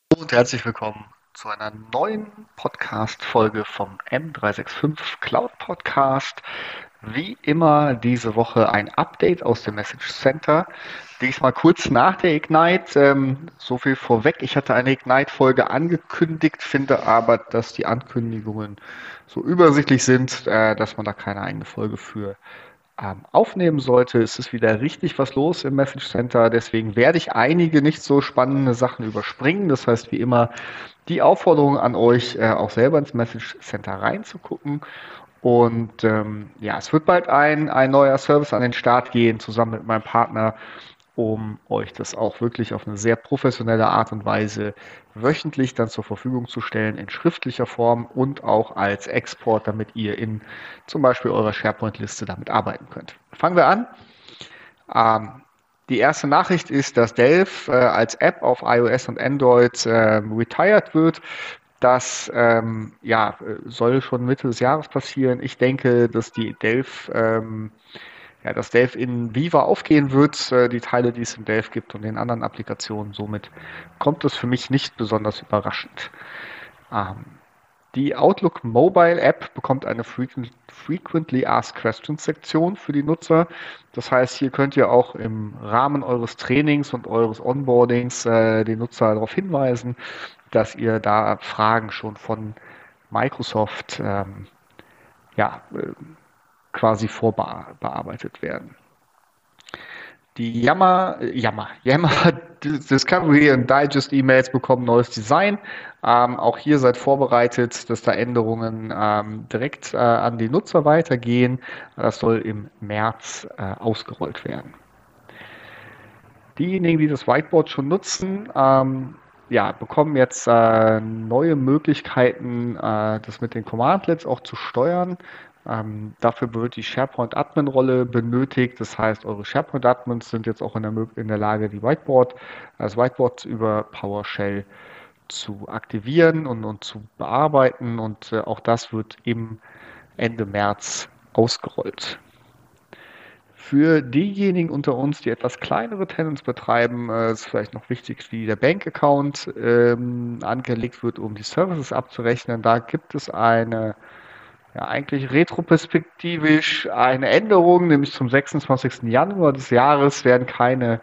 Und herzlich willkommen zu einer neuen Podcast-Folge vom M365 Cloud Podcast. Wie immer diese Woche ein Update aus dem Message Center. Diesmal kurz nach der Ignite. So viel vorweg. Ich hatte eine Ignite-Folge angekündigt, finde aber, dass die Ankündigungen so übersichtlich sind, dass man da keine eigene Folge für aufnehmen sollte. Es ist wieder richtig was los im Message Center. Deswegen werde ich einige nicht so spannende Sachen überspringen. Das heißt, wie immer, die Aufforderung an euch, auch selber ins Message Center reinzugucken. Und ja, es wird bald ein neuer Service an den Start gehen, zusammen mit meinem Partner, um euch das auch wirklich auf eine sehr professionelle Art und Weise wöchentlich dann zur Verfügung zu stellen, in schriftlicher Form und auch als Export, damit ihr in zum Beispiel eurer SharePoint-Liste damit arbeiten könnt. Fangen wir an. Ähm, Die erste Nachricht ist, dass Delphi als App auf iOS und Android retired wird. Das ja, soll schon Mitte des Jahres passieren. Ich denke, dass die Delphi ja, dass Delphi in Viva aufgehen wird, die Teile, die es in Delphi gibt und den anderen Applikationen. Somit kommt es für mich nicht besonders überraschend. Ähm, Die Outlook Mobile App bekommt eine Frequently Asked Questions Sektion für die Nutzer. Das heißt, hier könnt ihr auch im Rahmen eures Trainings und eures Onboardings den Nutzer darauf hinweisen, dass ihr da Fragen schon von Microsoft ja, quasi vorbearbeitet werden. Die Yammer Discovery und Digest E-Mails bekommen neues Design. Auch hier seid vorbereitet, dass da Änderungen direkt an die Nutzer weitergehen. Das soll im März ausgerollt werden. Diejenigen, die das Whiteboard schon nutzen, ja, bekommen jetzt neue Möglichkeiten, das mit den Commandlets auch zu steuern. Dafür wird die SharePoint-Admin-Rolle benötigt. Das heißt, eure SharePoint-Admins sind jetzt auch in der Lage, das Whiteboard über PowerShell zu aktivieren und zu bearbeiten. Und auch das wird im Ende März ausgerollt. Für diejenigen unter uns, die etwas kleinere Tenants betreiben, ist vielleicht noch wichtig, wie der Bank-Account angelegt wird, um die Services abzurechnen. Da gibt es ja, eigentlich retroperspektivisch eine Änderung, nämlich zum 26. Januar des Jahres werden keine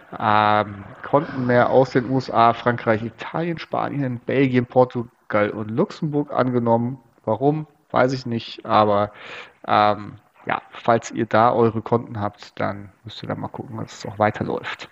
Konten mehr aus den USA, Frankreich, Italien, Spanien, Belgien, Portugal und Luxemburg angenommen. Warum? Weiß ich nicht, aber ähm, ja, falls ihr da eure Konten habt, dann müsst ihr da mal gucken, dass es auch weiterläuft.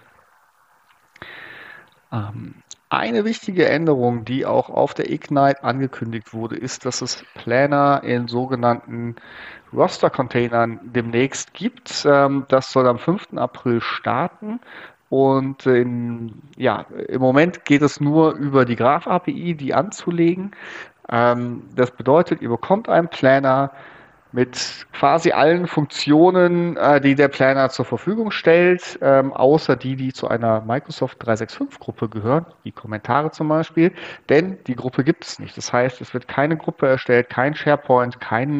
Ähm, eine wichtige Änderung, die auch auf der Ignite angekündigt wurde, ist, dass es Planner in sogenannten Roster-Containern demnächst gibt. Das soll am 5. April starten. Und ja, im Moment geht es nur über die Graph-API, die anzulegen. Das bedeutet, ihr bekommt einen Planner mit quasi allen Funktionen, die der Planner zur Verfügung stellt, außer die zu einer Microsoft 365-Gruppe gehören, wie Kommentare zum Beispiel, denn die Gruppe gibt es nicht. Das heißt, es wird keine Gruppe erstellt, kein SharePoint,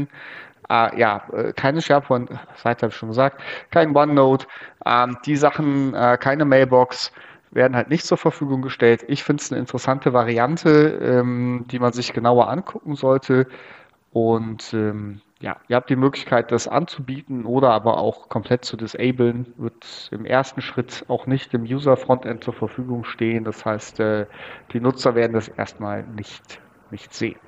keine SharePoint-Seite habe ich schon gesagt, kein OneNote, die Sachen, keine Mailbox, werden halt nicht zur Verfügung gestellt. Ich finde es eine interessante Variante, die man sich genauer angucken sollte. Und ja, ihr habt die Möglichkeit, das anzubieten oder aber auch komplett zu disablen. Wird im ersten Schritt auch nicht im User-Frontend zur Verfügung stehen. Das heißt, die Nutzer werden das erstmal nicht sehen.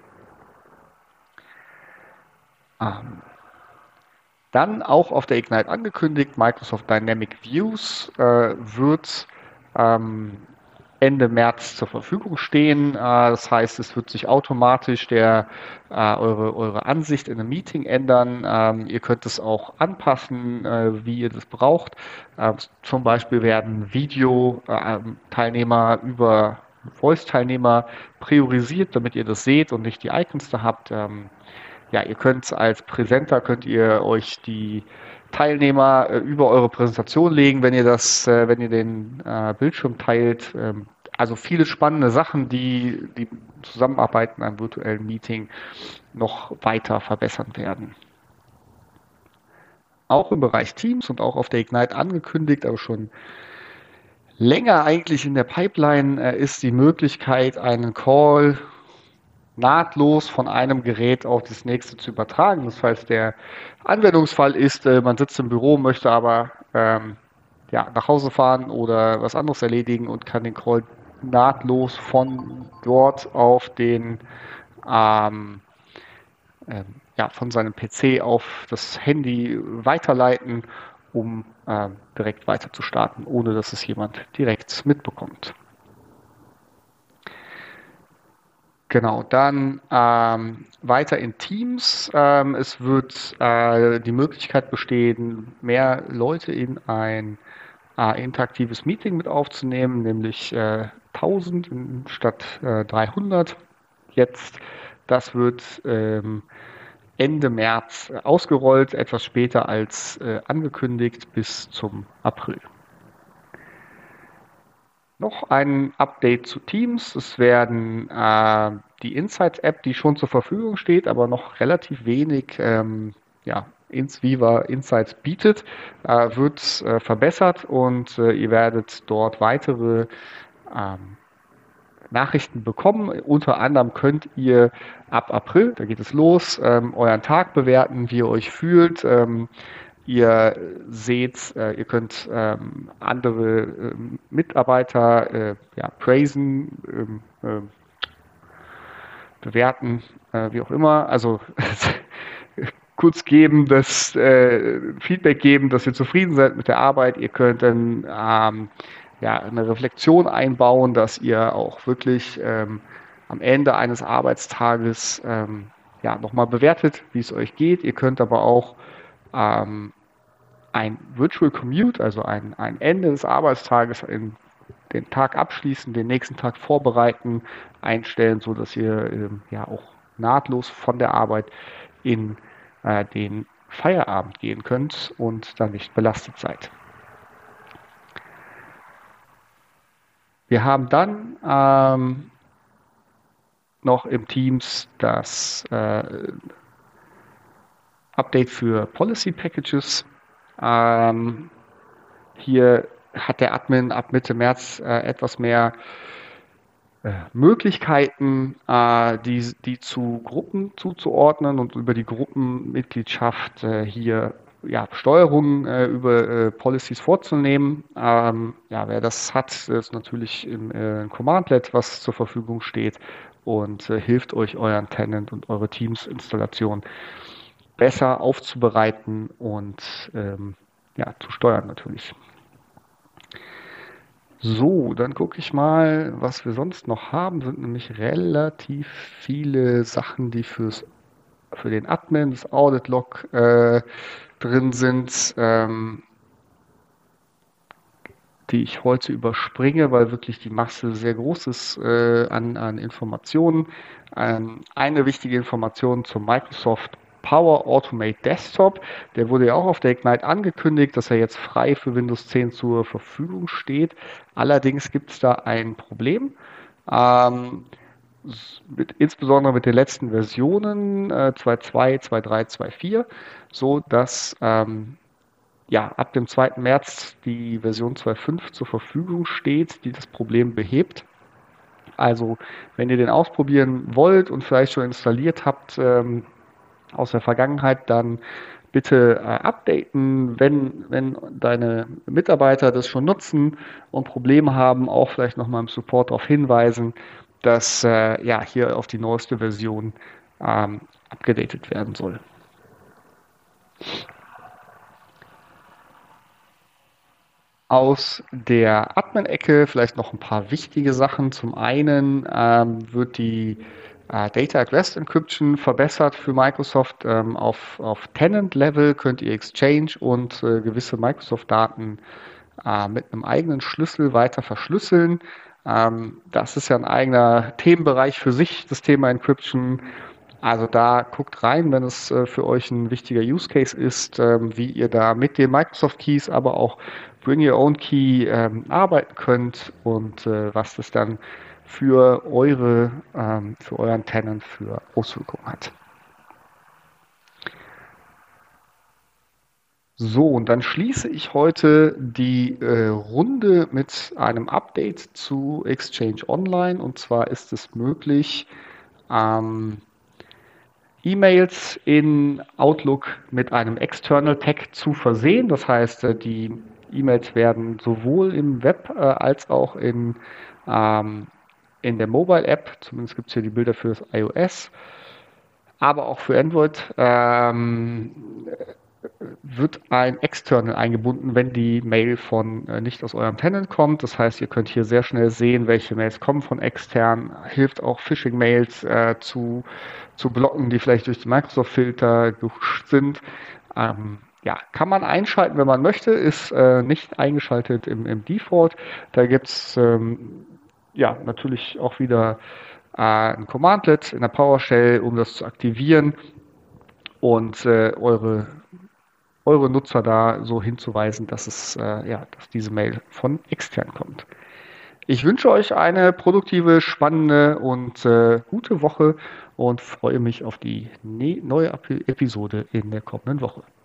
Ähm, Dann auch auf der Ignite angekündigt, Microsoft Dynamic Views wird ähm, Ende März zur Verfügung stehen. Das heißt, es wird sich automatisch eure Ansicht in einem Meeting ändern. Ihr könnt es auch anpassen, wie ihr das braucht. Zum Beispiel werden Video-Teilnehmer über Voice-Teilnehmer priorisiert, damit ihr das seht und nicht die Icons da habt. Ja, ihr könnt als Präsenter könnt ihr euch die Teilnehmer über eure Präsentation legen, wenn ihr den Bildschirm teilt. Also viele spannende Sachen, die Zusammenarbeit in einem virtuellen Meeting noch weiter verbessern werden. Auch im Bereich Teams und auch auf der Ignite angekündigt, aber schon länger eigentlich in der Pipeline ist die Möglichkeit, einen Call nahtlos von einem Gerät auf das nächste zu übertragen. Das heißt, der Anwendungsfall ist, man sitzt im Büro, möchte aber ja, nach Hause fahren oder was anderes erledigen und kann den Call nahtlos von dort auf den ähm, ja, von seinem PC auf das Handy weiterleiten, um direkt weiter zu starten, ohne dass es jemand direkt mitbekommt. Genau, dann weiter in Teams. Es wird die Möglichkeit bestehen, mehr Leute in ein interaktives Meeting mit aufzunehmen, nämlich 1000 statt 300 jetzt. Das wird Ende März ausgerollt, etwas später als angekündigt bis zum April. Noch ein Update zu Teams. Es werden die Insights-App, die schon zur Verfügung steht, aber noch relativ wenig ja, ins Viva Insights bietet, wird verbessert und ihr werdet dort weitere ähm, Nachrichten bekommen. Unter anderem könnt ihr ab April, da geht es los, euren Tag bewerten, wie ihr euch fühlt. Ihr seht, ihr könnt andere Mitarbeiter ja, praisen, bewerten, wie auch immer. Also kurz geben, das Feedback geben, dass ihr zufrieden seid mit der Arbeit. Ihr könnt dann ja, eine Reflexion einbauen, dass ihr auch wirklich am Ende eines Arbeitstages ja, nochmal bewertet, wie es euch geht. Ihr könnt aber auch ein Virtual Commute, also ein Ende des Arbeitstages in den Tag abschließen, den nächsten Tag vorbereiten, einstellen, so dass ihr ja auch nahtlos von der Arbeit in den Feierabend gehen könnt und dann nicht belastet seid. Wir haben dann noch im Teams das Update für Policy Packages. Hier hat der Admin ab Mitte März etwas mehr Möglichkeiten, die zu Gruppen zuzuordnen und über die Gruppenmitgliedschaft hier ja, Steuerungen über Policies vorzunehmen. Ja, wer das hat, ist natürlich im Commandlet, was zur Verfügung steht und hilft euch, euren Tenant und eure Teams-Installation besser aufzubereiten und ja, zu steuern natürlich. So, dann gucke ich mal, was wir sonst noch haben. Sind nämlich relativ viele Sachen, die für den Admin, das Audit-Log drin sind, die ich heute überspringe, weil wirklich die Masse sehr groß ist an Informationen. Eine wichtige Information zum Microsoft Power Automate Desktop. Der wurde ja auch auf der Ignite angekündigt, dass er jetzt frei für Windows 10 zur Verfügung steht. Allerdings gibt es da ein Problem. Insbesondere mit den letzten Versionen 2.2, 2.3, 2.4, so dass ja, ab dem 2. März die Version 2.5 zur Verfügung steht, die das Problem behebt. Also, wenn ihr den ausprobieren wollt und vielleicht schon installiert habt aus der Vergangenheit, dann bitte updaten, wenn deine Mitarbeiter das schon nutzen und Probleme haben, auch vielleicht nochmal im Support darauf hinweisen, dass ja, hier auf die neueste Version abgedatet werden soll. Aus der Admin-Ecke vielleicht noch ein paar wichtige Sachen. Zum einen wird die Data at Rest Encryption verbessert für Microsoft. Auf Tenant-Level könnt ihr Exchange und gewisse Microsoft-Daten mit einem eigenen Schlüssel weiter verschlüsseln. Das ist ja ein eigener Themenbereich für sich, das Thema Encryption. Also da guckt rein, wenn es für euch ein wichtiger Use Case ist, wie ihr da mit den Microsoft Keys, aber auch Bring Your Own Key arbeiten könnt und was das dann für für euren Tenant für Auswirkungen hat. So, und dann schließe ich heute die Runde mit einem Update zu Exchange Online. Und zwar ist es möglich, ähm, E-Mails in Outlook mit einem External Tag zu versehen. Das heißt, die E-Mails werden sowohl im Web als auch ähm, in der Mobile App, zumindest gibt es hier die Bilder für das iOS, aber auch für Android, wird ein External eingebunden, wenn die Mail von nicht aus eurem Tenant kommt. Das heißt, ihr könnt hier sehr schnell sehen, welche Mails kommen von extern. Hilft auch Phishing-Mails zu blocken, die vielleicht durch die Microsoft-Filter gehuscht sind. Ja, kann man einschalten, wenn man möchte, ist nicht eingeschaltet im Default. Da gibt es ja natürlich auch wieder ein Commandlet in der PowerShell, um das zu aktivieren und eure Nutzer da so hinzuweisen, dass diese Mail von extern kommt. Ich wünsche euch eine produktive, spannende und gute Woche und freue mich auf die neue Episode in der kommenden Woche.